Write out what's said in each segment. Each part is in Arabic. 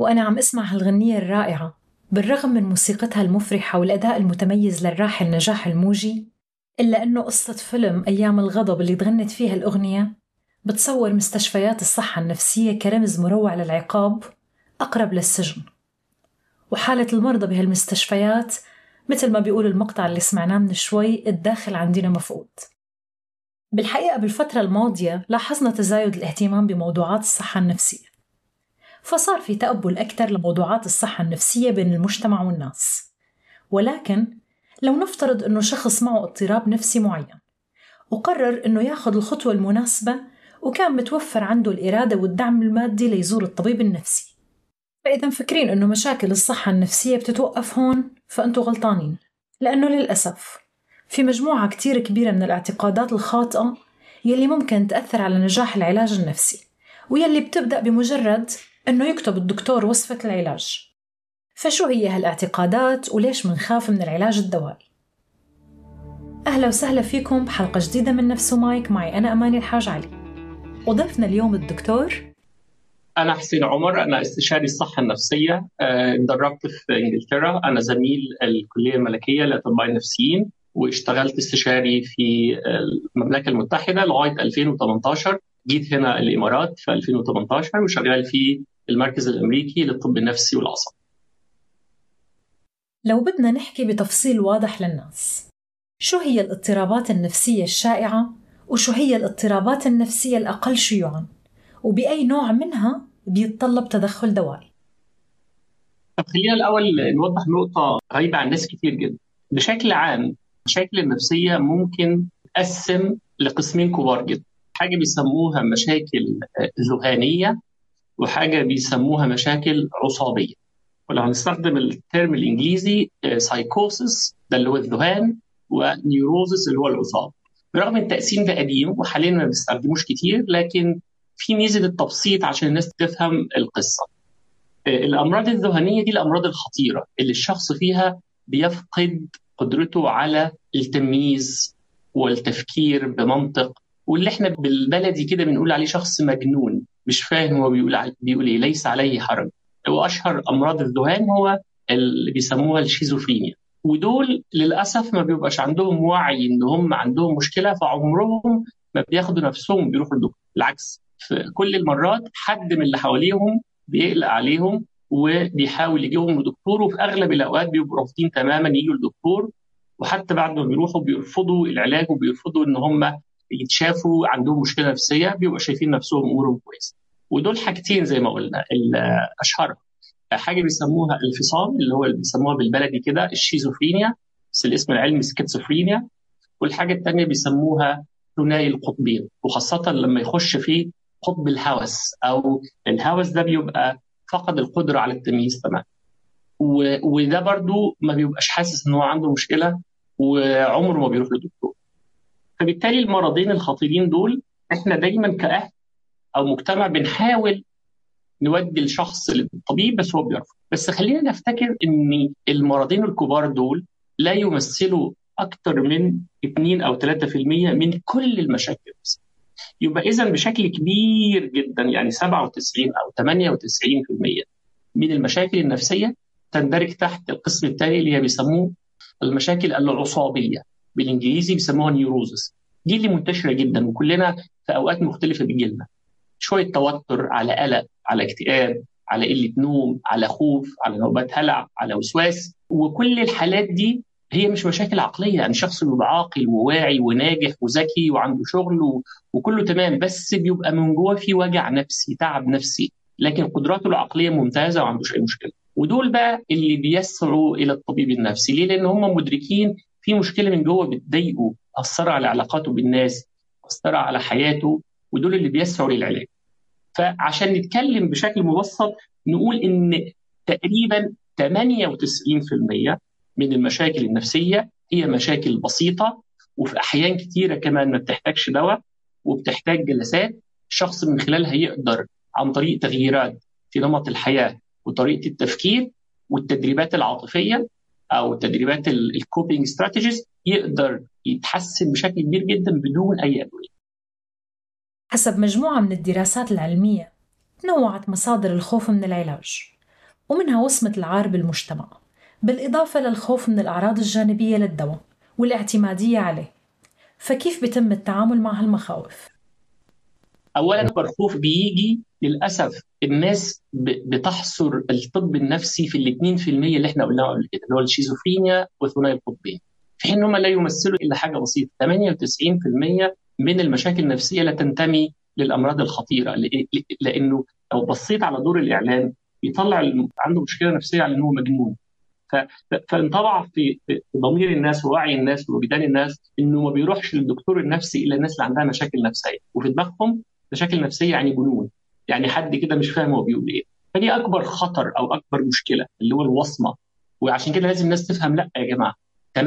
وأنا عم أسمع هالغنية الرائعة بالرغم من موسيقتها المفرحة والأداء المتميز للراحل نجاح الموجي، إلا أنه قصة فيلم أيام الغضب اللي تغنت فيها الأغنية بتصور مستشفيات الصحة النفسية كرمز مروع للعقاب أقرب للسجن، وحالة المرضى بهالمستشفيات مثل ما بيقول المقطع اللي سمعناه من شوي الداخل عندنا مفقود. بالحقيقة بالفترة الماضية لاحظنا تزايد الاهتمام بموضوعات الصحة النفسية، فصار في تقبل أكثر لموضوعات الصحة النفسية بين المجتمع والناس. ولكن لو نفترض أنه شخص معه اضطراب نفسي معين وقرر أنه ياخذ الخطوة المناسبة وكان متوفر عنده الإرادة والدعم المادي ليزور الطبيب النفسي، فإذا فكرين أنه مشاكل الصحة النفسية بتتوقف هون فأنتوا غلطانين، لأنه للأسف في مجموعة كتير كبيرة من الاعتقادات الخاطئة يلي ممكن تأثر على نجاح العلاج النفسي، ويلي بتبدأ بمجرد أنه يكتب الدكتور وصفة العلاج. فشو هي هالاعتقادات وليش منخاف من العلاج الدوائي؟ أهلا وسهلا فيكم بحلقة جديدة من نفس مايك، معي أنا أماني الحاج علي، وضيفنا اليوم الدكتور. أنا حسين عمر، أنا استشاري الصحة النفسية. دربت في إنجلترا، أنا زميل الكلية الملكية للأطباء النفسيين، واشتغلت استشاري في المملكة المتحدة لغاية 2018. جيت هنا الإمارات في 2018 وشغال في المركز الأمريكي للطب النفسي والعصب. لو بدنا نحكي بتفصيل واضح للناس، شو هي الاضطرابات النفسية الشائعة وشو هي الاضطرابات النفسية الأقل شيوعاً، وبأي نوع منها بيتطلب تدخل دوائي؟ طب خلينا الأول نوضح نقطة غايبة عن ناس كتير جدا. بشكل عام المشاكل النفسية ممكن تقسم لقسمين كبار جدا، حاجة بيسموها مشاكل ذهانية وحاجة بيسموها مشاكل عصابية. ولو هنستخدم الترم الإنجليزي سايكوسيس ده اللي هو الذهان، ونيوروزيس اللي هو العصاب. برغم التقسيم ده قديم وحاليا ما بنستخدموش كتير، لكن في ميزة التبسيط عشان الناس تفهم القصة. الأمراض الذهنية دي الأمراض الخطيرة اللي الشخص فيها بيفقد قدرته على التمييز والتفكير بمنطق، واللي احنا بالبلدي كده بنقول عليه شخص مجنون مش فاهم هو بيقول ايه، ليس عليه حرج. وأشهر أمراض الذهان هو اللي بيسموها الشيزوفرينيا، ودول للأسف ما بيبقاش عندهم وعي إن هم عندهم مشكلة، فعمرهم ما بياخدوا نفسهم بيروحوا للدكتور. بالعكس، في كل المرات حد من اللي حواليهم بيقلق عليهم وبيحاول يجيبهم لدكتور، وفي اغلب الاوقات بيبقوا رافضين تماما يجوا للدكتور، وحتى بعد ما بيروحوا بيرفضوا العلاج وبيرفضوا ان هم يتشافوا عندهم مشكله نفسيه، بيبقوا شايفين نفسهم امورهم كويسه. ودول حاجتين زي ما قلنا، الاشهر حاجه بيسموها الفصام اللي هو اللي بيسموها بالبلدي كده الشيزوفرينيا، بس الاسم العلمي سكيزوفرينيا. والحاجه الثانيه بيسموها ثنائي القطبين، وخاصه لما يخش في قطب الهوس، او الهوس ده بيبقى فقد القدره على التمييز تماما، وده برضو ما بيبقاش حاسس ان هو عنده مشكله وعمره ما بيروح لدكتور. فبالتالي المرضين الخطيرين دول احنا دايما كأهل او مجتمع بنحاول نودي الشخص للطبيب بس هو بيرفض. بس خلينا نفتكر ان المرضين الكبار دول لا يمثلوا اكثر من 2 او 3% من كل المشاكل. يبقى إذن بشكل كبير جدا، يعني 97 أو 98% من المشاكل النفسية تندرج تحت القسم الثاني اللي هي بيسموه المشاكل العصابية، بالإنجليزي بيسموها نيوروزس. دي اللي منتشرة جدا وكلنا في أوقات مختلفة بتجيلنا، شوية توتر، على قلق، على اكتئاب، على قلة نوم، على خوف، على نوبات هلع، على وسواس. وكل الحالات دي هي مش مشاكل عقلية، يعني شخص بيبقى عاقل وواعي وناجح وذكي وعنده شغل وكله تمام، بس بيبقى من جوه في وجع نفسي، تعب نفسي، لكن قدراته العقلية ممتازة وما عندوش أي مشكلة. ودول بقى اللي بيسعوا إلى الطبيب النفسي. ليه؟ لأن هم مدركين في مشكلة من جوه بتضايقه، أثر على علاقاته بالناس، أثر على حياته، ودول اللي بيسعوا للعلاج. فعشان نتكلم بشكل مبسط نقول إن تقريبا 98% من المشاكل النفسية هي مشاكل بسيطة، وفي أحيان كتيرة كمان ما بتحتاجش دواء وبتحتاج جلسات الشخص من خلالها يقدر عن طريق تغييرات في نمط الحياة وطريقة التفكير والتدريبات العاطفية أو تدريبات الكوبينج استراتيجيز يقدر يتحسن بشكل كبير جدا بدون أي أدوية. حسب مجموعة من الدراسات العلمية تنوعت مصادر الخوف من العلاج، ومنها وصمة العار بالمجتمع، بالإضافة للخوف من الأعراض الجانبية للدواء والاعتمادية عليه. فكيف بيتم التعامل مع هالمخاوف؟ اولا الخوف بيجي للاسف الناس بتحصر الطب النفسي في ال 2% اللي احنا قلناه قبل كده، اللي هو الشيزوفرينيا وثنائي القطبين، في حين هم لا يمثلوا الا حاجه بسيطه. 98% من المشاكل النفسيه لا تنتمي للامراض الخطيره، لانه لو بصيت على دور الاعلام بيطلع عنده مشكله نفسيه على انه مجنون. فانطبع في ضمير الناس ووعي الناس ووجدان الناس انه ما بيروحش للدكتور النفسي الا الناس اللي عندها مشاكل نفسيه، وفي دماغهم مشاكل نفسيه يعني جنون، يعني حد كده مش فاهم هو بيقول ايه. فدي اكبر خطر او اكبر مشكله اللي هو الوصمه. وعشان كده لازم الناس تفهم، لا يا جماعه،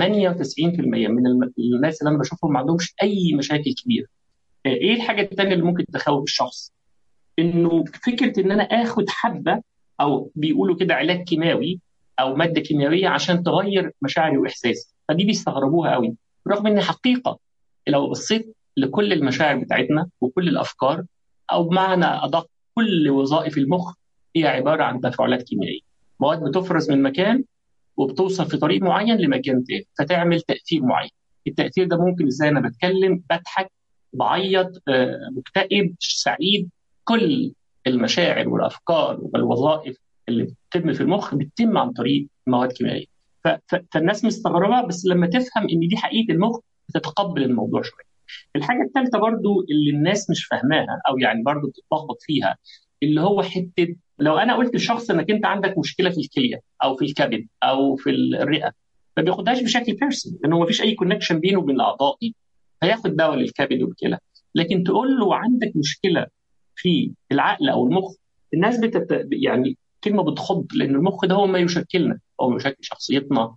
98% من الناس اللي انا بشوفهم ما عندهمش اي مشاكل كبيره. ايه الحاجه الثانيه اللي ممكن تخوف الشخص؟ انه فكره ان انا اخد حبه او بيقولوا كده علاج كيماوي او ماده كيميائيه عشان تغير مشاعري واحساسي، فدي بيستغربوها قوي، رغم ان حقيقه لو بصيت لكل المشاعر بتاعتنا وكل الافكار، او بمعنى ادق كل وظائف المخ، هي عباره عن تفاعلات كيميائيه. مواد بتفرز من مكان وبتوصل في طريق معين لمكان تاني فتعمل تاثير معين. التاثير ده ممكن ازاي انا بتكلم، بضحك، بعيط، مكتئب، سعيد. كل المشاعر والافكار والوظائف اللي بتتم في المخ بتتم عن طريق مواد كيميائيه. فالناس مستغربه، بس لما تفهم ان دي حقيقه المخ بتتقبل الموضوع شويه. الحاجه الثالثه برضو اللي الناس مش فاهماها او يعني برضو بتتلخبط فيها، اللي هو حته لو انا قلت لشخص انك انت عندك مشكله في الكليه او في الكبد او في الرئه، ما بياخدهاش بشكل بيرسونال لانه ما فيش اي كونكشن بينه وبين الاعضاء دي، هياخد دواء للكبد والكلى. لكن تقول له عندك مشكله في العقل او المخ، الناس يعني كلمه بتخض، لان المخ ده هو ما يشكلنا، هو ما يشكل شخصيتنا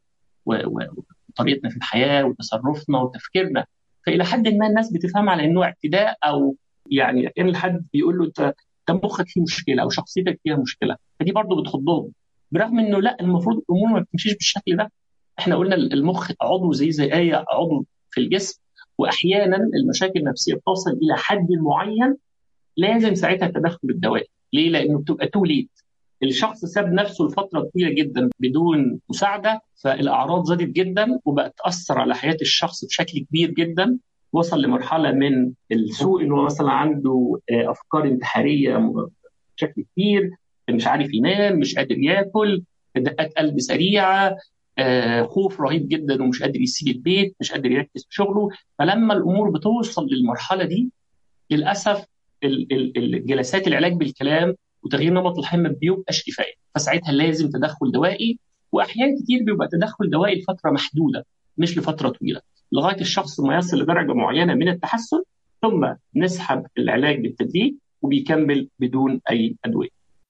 وطريقتنا في الحياه وتصرفنا وتفكيرنا. فالى حد ما الناس بتفهم على انه اعتداء، او يعني كان الحد بيقول له انت مخك فيه مشكله او شخصيتك فيها مشكله، فدي برضه بتخضهم. برغم انه لا، المفروض الامور ما بتمشيش بالشكل ده. احنا قلنا المخ عضو زي اي عضو في الجسم، واحيانا المشاكل النفسيه بتوصل الى حد معين لازم ساعتها التدخل الدوائي. ليه؟ لانه بتبقى تو ليت، الشخص ساب نفسه لفتره طويله جدا بدون مساعده، فالاعراض زادت جدا وبقت تاثر على حياه الشخص بشكل كبير جدا. وصل لمرحله من السوء انه مثلا عنده افكار انتحاريه بشكل كبير، مش عارف ينام، مش قادر ياكل، دقات قلب سريعه، خوف رهيب جدا ومش قادر يسيب البيت، مش قادر يركز في شغله. فلما الامور بتوصل للمرحله دي للاسف الجلسات العلاج بالكلام وتغيير نمط الحياه ما بيبقاش كفايه، فساعتها لازم تدخل دوائي. واحيان كتير بيبقى تدخل دوائي لفتره محدوده مش لفتره طويله، لغايه الشخص ما يصل لدرجه معينه من التحسن، ثم نسحب العلاج بالتدريج وبيكمل بدون اي ادويه.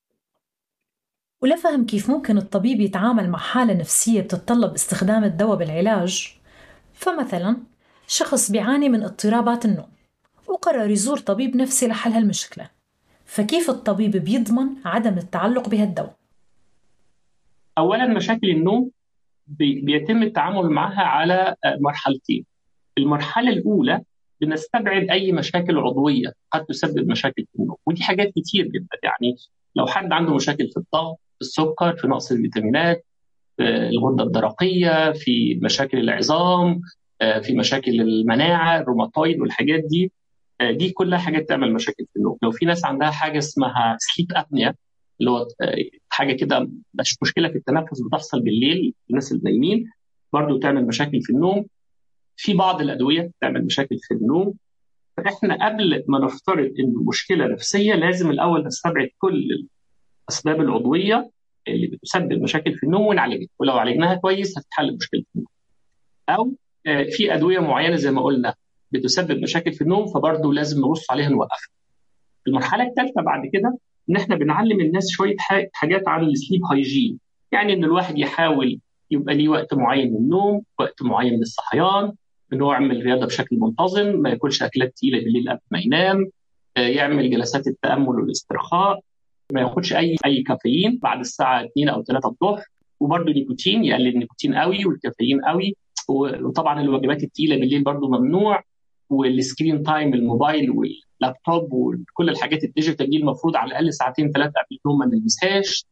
ولفهم كيف ممكن الطبيب يتعامل مع حالة نفسية بتتطلب استخدام الدواء بالعلاج، فمثلا شخص بيعاني من اضطرابات النوم وقرر يزور طبيب نفسي لحل هالمشكلة، فكيف الطبيب بيضمن عدم التعلق بهالدواء؟ اولا مشاكل النوم بيتم التعامل معها على مرحلتين. المرحله الاولى بنستبعد اي مشاكل عضويه قد تسبب مشاكل في النوم، ودي حاجات كتير جدا. يعني لو حد عنده مشاكل في الضغط، في السكر، في نقص الفيتامينات، في الغده الدرقيه، في مشاكل العظام، في مشاكل المناعه، الروماتويد والحاجات دي، دي كلها حاجات تعمل مشاكل في النوم. لو في ناس عندها حاجه اسمها سليب ابنيا، اللي هو حاجه كده مش مشكله في التنفس بتحصل بالليل، الناس اللي نايمين برضه تعمل مشاكل في النوم. في بعض الادويه تعمل مشاكل في النوم. فاحنا قبل ما نفترض انه مشكله نفسيه لازم الاول نستبعد كل الاسباب العضويه اللي بتسبب مشاكل في النوم ونعالجها، ولو عالجناها كويس هتتحل مشكله النوم. او في ادويه معينه زي ما قلنا بتسبب مشاكل في النوم، فبرضه لازم نبص عليها نوقفها. المرحله الثالثه بعد كده ان احنا بنعلم الناس شويه حاجات عن السليب هايجين، يعني ان الواحد يحاول يبقى ليه وقت معين للنوم، وقت معين للصحيان، ان هو يعمل رياضه بشكل منتظم، ما ياكلش اكلات تقيله بالليل قبل ما ينام، يعمل جلسات التامل والاسترخاء، ما ياخدش اي كافيين بعد الساعه 2 او 3 الظهر، وبرده نيكوتين، يقلل النيكوتين قوي والكافيين قوي. وطبعا الوجبات الثقيله بالليل برده ممنوع، والسكرين تايم، الموبايل واللابتوب وكل الحاجات الديجيتال دي المفروض على الاقل ساعتين 3 قبل النوم ما نلمسهاش.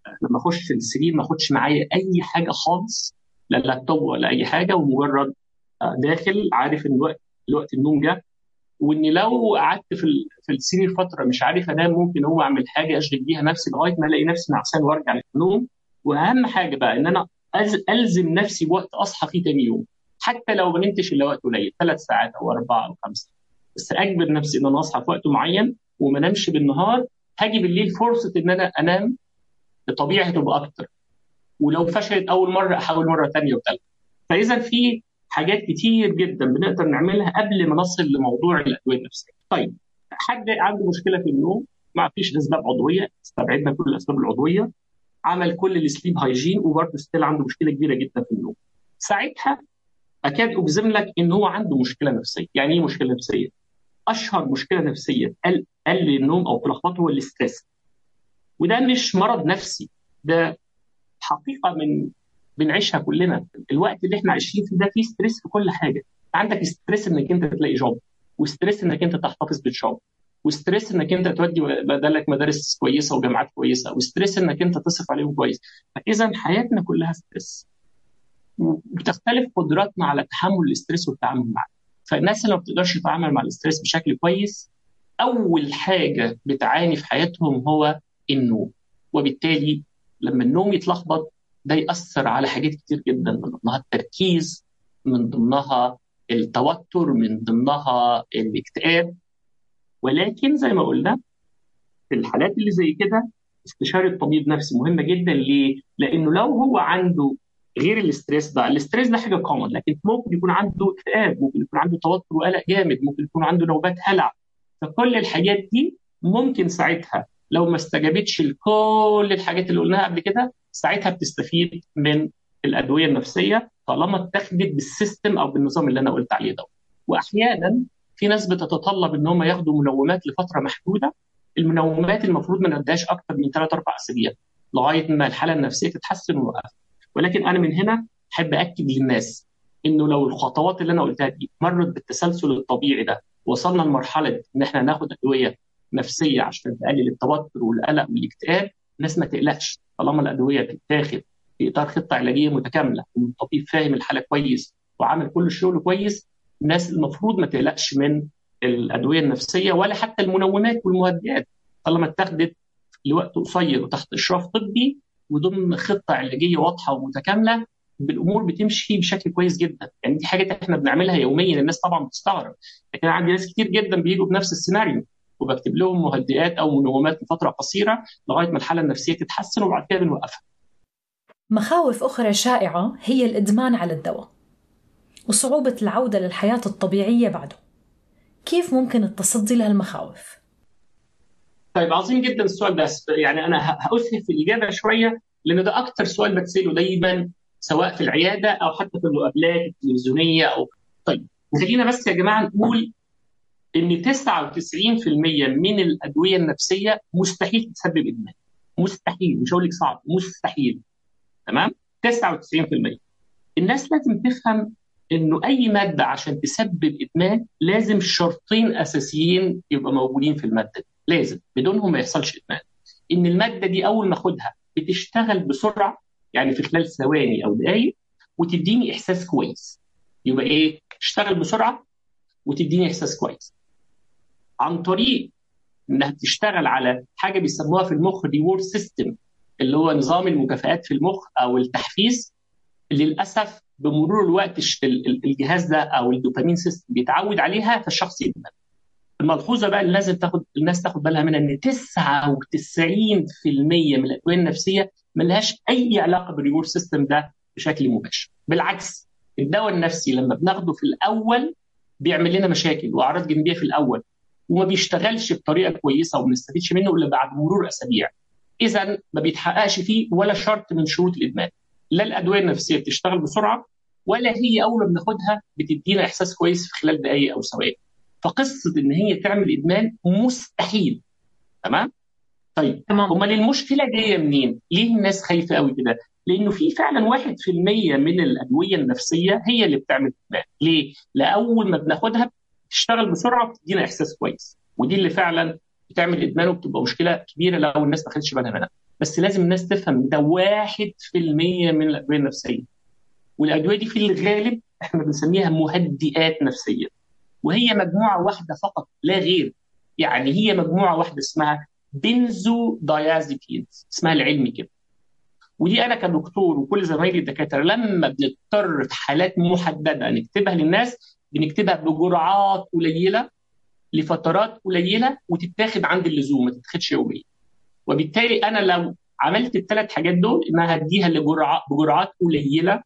لما اخش السرير ما اخدش معايا اي حاجه خالص، لا لابتوب ولا اي حاجه، ومجرد داخل عارف ان الوقت النوم جه، واني لو قعدت في السرير فتره مش عارف انام، ممكن هو اعمل حاجه اشغل بيها نفسي لغايه ما الاقي نفسي نعسان وارجع للنوم. واهم حاجه بقى ان انا الزم نفسي بوقت اصحى فيه تاني يوم، حتى لو ما نمتش الا وقت قليل 3 ساعات او 4 او 5، بس اجبر نفسي ان انا اصحى في وقت معين وما انامش بالنهار. هاجي بالليل فرصه ان انا انام بطبيعي هتبقى اكتر، ولو فشلت اول مره احاول مره ثانيه وثالثه. فاذا في حاجات كتير جدا بنقدر نعملها قبل ما نصل لموضوع الادويه النفسيه. طيب، حد عنده مشكله في النوم، ما فيش اسباب عضويه، استبعدنا كل الاسباب العضويه، عمل كل السليب هايجين وبرضه ستيل عنده مشكله كبيره جدا في النوم، ساعتها اكاد اجزم لك ان هو عنده مشكله نفسيه. يعني ايه مشكله نفسيه؟ اشهر مشكله نفسيه قل النوم او تلخبطه هو الاستريس. وده مش مرض نفسي، ده حقيقه بنعيشها كلنا. الوقت اللي احنا عايشين فيه ده فيه ستريس في كل حاجه. عندك ستريس انك انت تلاقي جوب، وستريس انك انت تحتفظ بالجوب، وستريس انك انت تودي بدلك مدارس كويسه وجامعات كويسه، وستريس انك انت تصرف عليهم كويس. فاذا حياتنا كلها ستريس، وبتختلف قدراتنا على تحمل الاستريس والتعامل معه. فالناس اللي ما بتقدرش تتعامل مع الاستريس بشكل كويس، اول حاجه بتعاني في حياتهم هو النوم. وبالتالي لما النوم يتلخبط ده يأثر على حاجات كتير جدا، من ضمنها التركيز، من ضمنها التوتر، من ضمنها الاكتئاب. ولكن زي ما قلنا في الحالات اللي زي كده استشارة طبيب نفسي مهمة جدا. ليه؟ لأنه لو هو عنده غير الاستريس ده، الاستريس ده حاجة كومن، لكن ممكن يكون عنده اكتئاب، ممكن يكون عنده توتر وقلق جامد، ممكن يكون عنده نوبات هلع. فكل الحاجات دي ممكن ساعتها لو ما استجابتش لكل الحاجات اللي قلناها قبل كده، ساعتها بتستفيد من الأدوية النفسية طالما اتخذت بالسيستم أو بالنظام اللي أنا قلت عليه ده. وأحيانا في ناس بتتطلب ان هم ياخدوا منومات لفتره محدوده. المنومات المفروض ما نديهاش اكتر من 3 4 اسابيع لغايه ما الحاله النفسيه تتحسن ونوقف. ولكن انا من هنا احب اكد للناس انه لو الخطوات اللي انا قلتها دي مرت بالتسلسل الطبيعي ده، وصلنا لمرحله ان احنا ناخد ادويه نفسيه عشان تقلل التوتر والقلق والاكتئاب، الناس ما تقلقش طالما الادويه بتتاخد في اطار خطه علاجيه متكامله والطبيب فاهم الحاله كويس وعامل كل الشغل كويس. الناس المفروض ما تقلقش من الادويه النفسيه ولا حتى المنومات والمهدئات طالما اتخذت لوقت قصير وتحت اشراف طبي وضمن خطه علاجيه واضحه ومتكامله، بالامور بتمشي بشكل كويس جدا. يعني دي حاجات احنا بنعملها يوميا، الناس طبعا بتستغرب، لكن عندي ناس كتير جدا بيجوا بنفس السيناريو وبكتب لهم مهدئات او منومات لفتره قصيره لغايه ما الحاله النفسيه تتحسن وبعد كده بنوقفها. مخاوف أخرى شائعة هي الإدمان على الدواء وصعوبة العودة للحياة الطبيعية بعده. كيف ممكن التصدي لهالمخاوف؟ طيب، عظيم جدا السؤال ده. يعني انا هأسهل في الاجابه شويه، لان ده اكتر سؤال بتساله دايما سواء في العياده او حتى في المقابلات التلفزيونيه او. طيب، خلينا بس يا جماعه نقول ان 99% من الادويه النفسيه مستحيل تسبب ادمان. مستحيل، مش هقول لك صعب، مستحيل. تمام؟ 99%. الناس لازم تفهم انه اي ماده عشان تسبب ادمان لازم شرطين اساسيين يبقى موجودين في الماده دي، لازم بدونهم ما يحصلش ادمان. ان الماده دي اول ما اخدها بتشتغل بسرعه، يعني في خلال ثواني او دقائق، وتديني احساس كويس. يبقى ايه؟ تشتغل بسرعه وتديني احساس كويس عن طريق انها تشتغل على حاجه بيسموها في المخ ريورد سيستم، اللي هو نظام المكافآت في المخ او التحفيز. للاسف بمرور الوقت الجهاز ده او الدوبامين سيستم بيتعود عليها فالشخص يدمن. الملحوظه بقى اللي لازم الناس تاخد بالها منها ان 99% من الادويه النفسيه ملهاش اي علاقه بالريورد سيستم ده بشكل مباشر. بالعكس، الدواء النفسي لما بناخده في الاول بيعمل لنا مشاكل واعراض جانبيه في الاول، وما بيشتغلش بطريقه كويسه وما بنستفيدش منه الا بعد مرور اسابيع. اذا ما بيتحققش فيه ولا شرط من شروط الادمان. لا الادويه النفسيه بتشتغل بسرعه، ولا هي اول ما بناخدها بتدينا احساس كويس في خلال دقائق او ثواني. فقصه ان هي تعمل ادمان مستحيل. تمام؟ طيب، تمام. امال المشكله جايه منين؟ ليه الناس خايفه قوي كده؟ لانه في فعلا 1% من الادويه النفسيه هي اللي بتعمل ادمان. ليه؟ لاول ما بناخدها بتشتغل بسرعه وبتدينا احساس كويس، ودي اللي فعلا بتعمل ادمان وبتبقى مشكله كبيره لو الناس ما خدتش بالها منها. بس لازم الناس تفهم ده 1% من الادويه النفسيه. والادويه دي في الغالب احنا بنسميها مهدئات نفسيه، وهي مجموعه واحده فقط لا غير. يعني هي مجموعه واحده اسمها بنزو دايازيبينز، اسمها العلمي كده. ودي انا كدكتور وكل زمايلي الدكاتره لما بنضطر في حالات محدده نكتبها للناس، بنكتبها بجرعات قليله لفترات قليله، وتتاخد عند اللزوم، ما تتاخدش يوميا. وبالتالي انا لو عملت الثلاث حاجات دول، انها هديها بجرعات قليله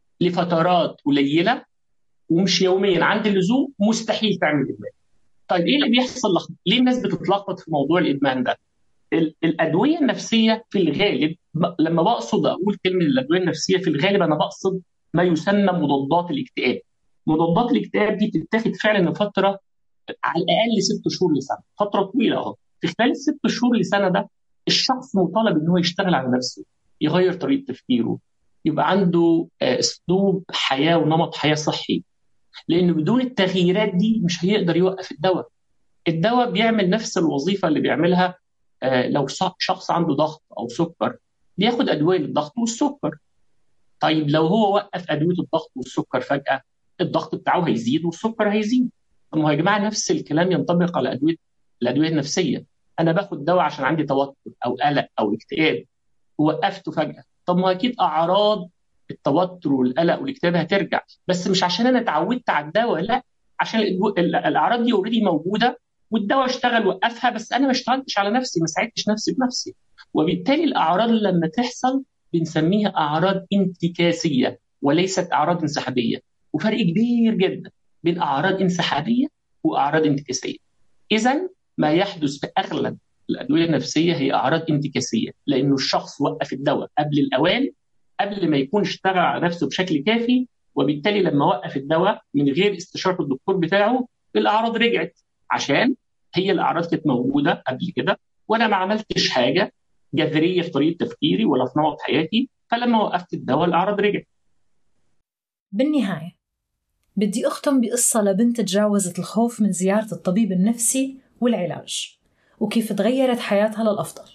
لفترات قليله ومش يوميا عند اللزوم، مستحيل تعمل ادمان. طيب ايه اللي بيحصل؟ ليه الناس بتتلخبط في موضوع الادمان ده؟ الادويه النفسيه في الغالب، لما بقصد اقول كلمه الادويه النفسيه في الغالب انا بقصد ما يسمى مضادات الاكتئاب. مضادات الاكتئاب دي بتتاخد فعلا لفتره على الاقل 6 شهور لسنه، فتره طويله اهو. في خلال ال6 شهور لسنه ده الشخص مطالب ان هو يشتغل على نفسه، يغير طريقه تفكيره، يبقى عنده اسلوب حياه ونمط حياه صحي. لانه بدون التغييرات دي مش هيقدر يوقف الدواء. الدواء بيعمل نفس الوظيفه اللي بيعملها لو شخص عنده ضغط او سكر بياخد ادويه للضغط والسكر. طيب لو هو وقف ادويه الضغط والسكر فجاه، الضغط بتاعه هيزيد والسكر هيزيد. طب ما هو يا جماعه نفس الكلام ينطبق على الادويه النفسيه. انا باخد دواء عشان عندي توتر او قلق او اكتئاب، ووقفته فجاه، طب ما اكيد اعراض التوتر والقلق والاكتئاب هترجع، بس مش عشان انا اتعودت على الدواء، لا، عشان الاعراض دي اوريدي موجوده والدواء اشتغل وقفها، بس انا ما اشتغلتش على نفسي، ما ساعدتش نفسي بنفسي. وبالتالي الاعراض لما تحصل بنسميها اعراض انتكاسيه وليست اعراض انسحابيه. وفرق كبير جدا بين اعراض انسحابيه واعراض انتكاسيه. اذا ما يحدث في اغلب الادويه النفسيه هي اعراض انتكاسيه، لانه الشخص وقف الدواء قبل الاوان، قبل ما يكون اشتغل على نفسه بشكل كافي. وبالتالي لما وقف الدواء من غير استشاره الدكتور بتاعه، الاعراض رجعت، عشان هي الاعراض كانت موجوده قبل كده وانا ما عملتش حاجه جذريه في طريقه تفكيري ولا في نمط حياتي، فلما وقفت الدواء الاعراض رجعت. بالنهاية بدي أختم بقصة لبنت تجاوزت الخوف من زيارة الطبيب النفسي والعلاج، وكيف تغيرت حياتها للأفضل.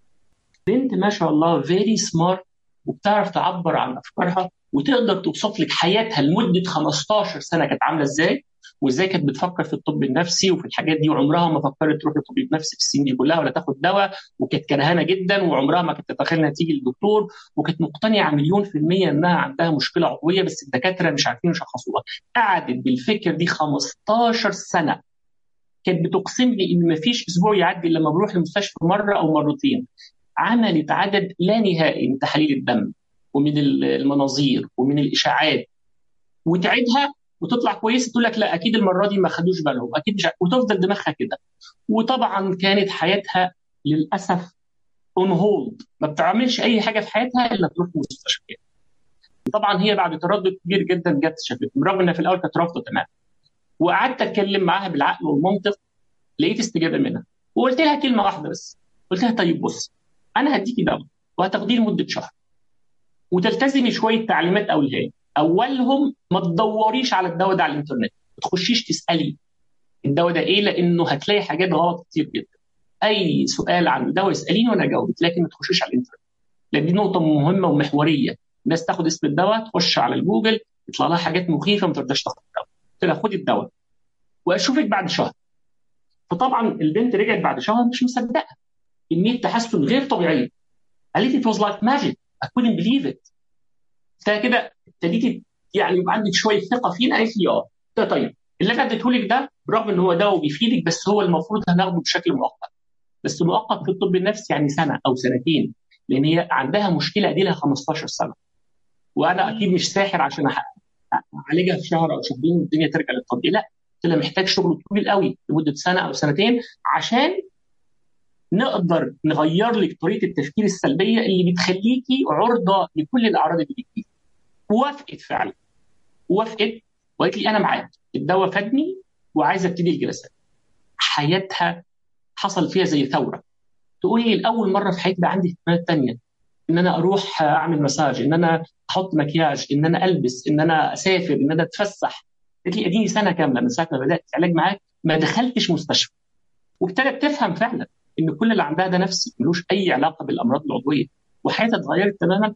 بنت ما شاء الله فيري سمارت، وبتعرف تعبر عن افكارها، وتقدر توصف لك حياتها لمده 15 سنه كانت عامله ازاي، وازاي كانت بتفكر في الطب النفسي وفي الحاجات دي، وعمرها ما فكرت تروح لطبيب نفسي في السنين دي كلها ولا تاخد دواء، وكانت كرهانه جدا وعمرها ما كانت تتخيل انها تيجي للدكتور، وكانت مقتنعه مليون في الميه انها عندها مشكله عضويه بس الدكاتره مش عارفين يشخصوها. قعدت بالفكر دي 15 سنه. كانت بتقسم لي ان مفيش اسبوع يعدي الا لما بروح المستشفى مره او مرتين. عملت عدد لا نهائي من تحاليل الدم ومن المناظير ومن الاشاعات، وتعيدها وتطلع كويسه، تقول لك لا اكيد المره دي ما خدوش بالهم، اكيد مش وتفضل دماغها كده. وطبعا كانت حياتها للاسف اون هولد، ما بتعملش اي حاجه في حياتها الا تروح المستشفى. طبعا هي بعد تردد كبير جدا جت شافت، برغم انها في الاول كانت رافضه تماما. وقعدت اتكلم معاها بالعقل والمنطق، لقيت استجابه منها. وقلت لها كلمه واحده بس، قلت لها طيب بص، انا هديكي دواء وهتاخديه لمده شهر، وتلتزمي شويه تعليمات اقولها لك. اولهم ما تدوريش على الدواء ده على الانترنت، ما تخشيش تسالي الدواء ده ايه، لانه هتلاقي حاجات غلط كتير جدا. اي سؤال عن الدواء اساليني وانا اجاوبك، لكن ما تخشيش على الانترنت، لان دي نقطه مهمه ومحوريه. الناس تاخد اسم الدواء تخش على الجوجل يطلع لها حاجات مخيفه، ما ترضاش تاخد الدواء. قلت لها خدي الدواء واشوفك بعد شهر. فطبعا البنت رجعت بعد شهر مش مصدقه، كميه تحسن غير طبيعيه. قالت لي it was like magic, I couldn't believe it. قلت كده ابتديتي يعني يبقى عندك شويه ثقه فينا؟ قالت لي اه. قلت طيب اللي انا اديته لك ده برغم ان هو دواء بيفيدك، بس هو المفروض هناخده بشكل مؤقت. بس مؤقت في الطب النفسي يعني سنه او سنتين، لان هي عندها مشكله دي لها 15 سنه، وانا اكيد مش ساحر عشان اعالجها في شهر او شهرين والدنيا ترجع للطبيعي، لا. قلت لها محتاج شغل طويل قوي لمده سنه او سنتين عشان نقدر نغير لك طريقه التفكير السلبيه اللي بتخليكي عرضه لكل الاعراض اللي بتجيلك. ووافقت فعلا، وافقت وقالت لي انا معاك، الدواء فادني وعايزه ابتدي الجلسات. حياتها حصل فيها زي ثوره. تقول لي لاول مره في حياتي بقى عندي اهتمامات ثانيه، ان انا اروح اعمل مساج، ان انا احط مكياج، ان انا البس، ان انا اسافر، ان انا اتفسح. قالت لي اديني سنه كامله من ساعه ما بدات علاج معاك ما دخلتش مستشفى. وابتدت تفهم فعلا ان كل اللي عندها ده نفسي، ملوش اي علاقه بالامراض العضويه، وحياتها اتغيرت تماما.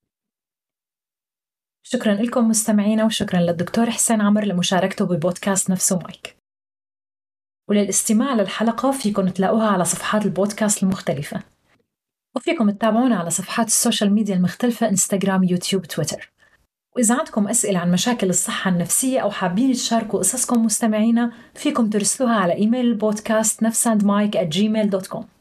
شكرا لكم مستمعينا، وشكرا للدكتور حسين عمر لمشاركته ببودكاست نفسه مايك. وللاستماع للحلقة فيكم تلاقوها على صفحات البودكاست المختلفة، وفيكم تتابعونا على صفحات السوشيال ميديا المختلفة، إنستغرام، يوتيوب، تويتر. وإذا عندكم أسئلة عن مشاكل الصحة النفسية أو حابين تشاركوا قصصكم مستمعينا، فيكم ترسلوها على إيميل البودكاست nafsandmike@gmail.com.